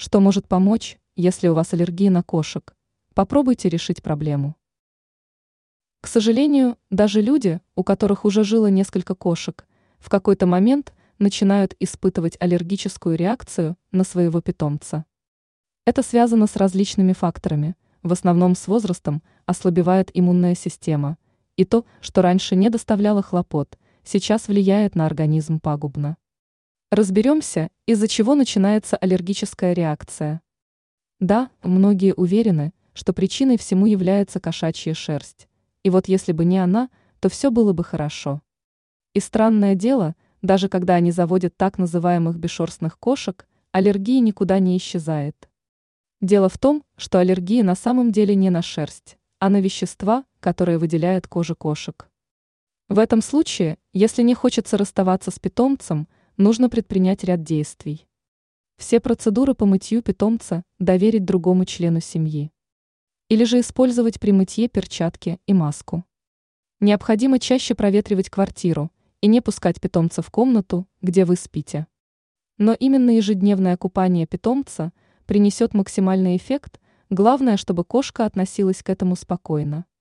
Что может помочь, если у вас аллергия на кошек? Попробуйте решить проблему. К сожалению, даже люди, у которых уже жило несколько кошек, в какой-то момент начинают испытывать аллергическую реакцию на своего питомца. Это связано с различными факторами, в основном с возрастом ослабевает иммунная система, и то, что раньше не доставляло хлопот, сейчас влияет на организм пагубно. Разберемся, из-за чего начинается аллергическая реакция. Да, многие уверены, что причиной всему является кошачья шерсть. И вот если бы не она, то все было бы хорошо. И странное дело, даже когда они заводят так называемых бесшерстных кошек, аллергия никуда не исчезает. Дело в том, что аллергия на самом деле не на шерсть, а на вещества, которые выделяет кожа кошек. В этом случае, если не хочется расставаться с питомцем, нужно предпринять ряд действий. Все процедуры по мытью питомца доверить другому члену семьи. Или же использовать при мытье перчатки и маску. Необходимо чаще проветривать квартиру и не пускать питомца в комнату, где вы спите. Но именно ежедневное купание питомца принесет максимальный эффект, главное, чтобы кошка относилась к этому спокойно.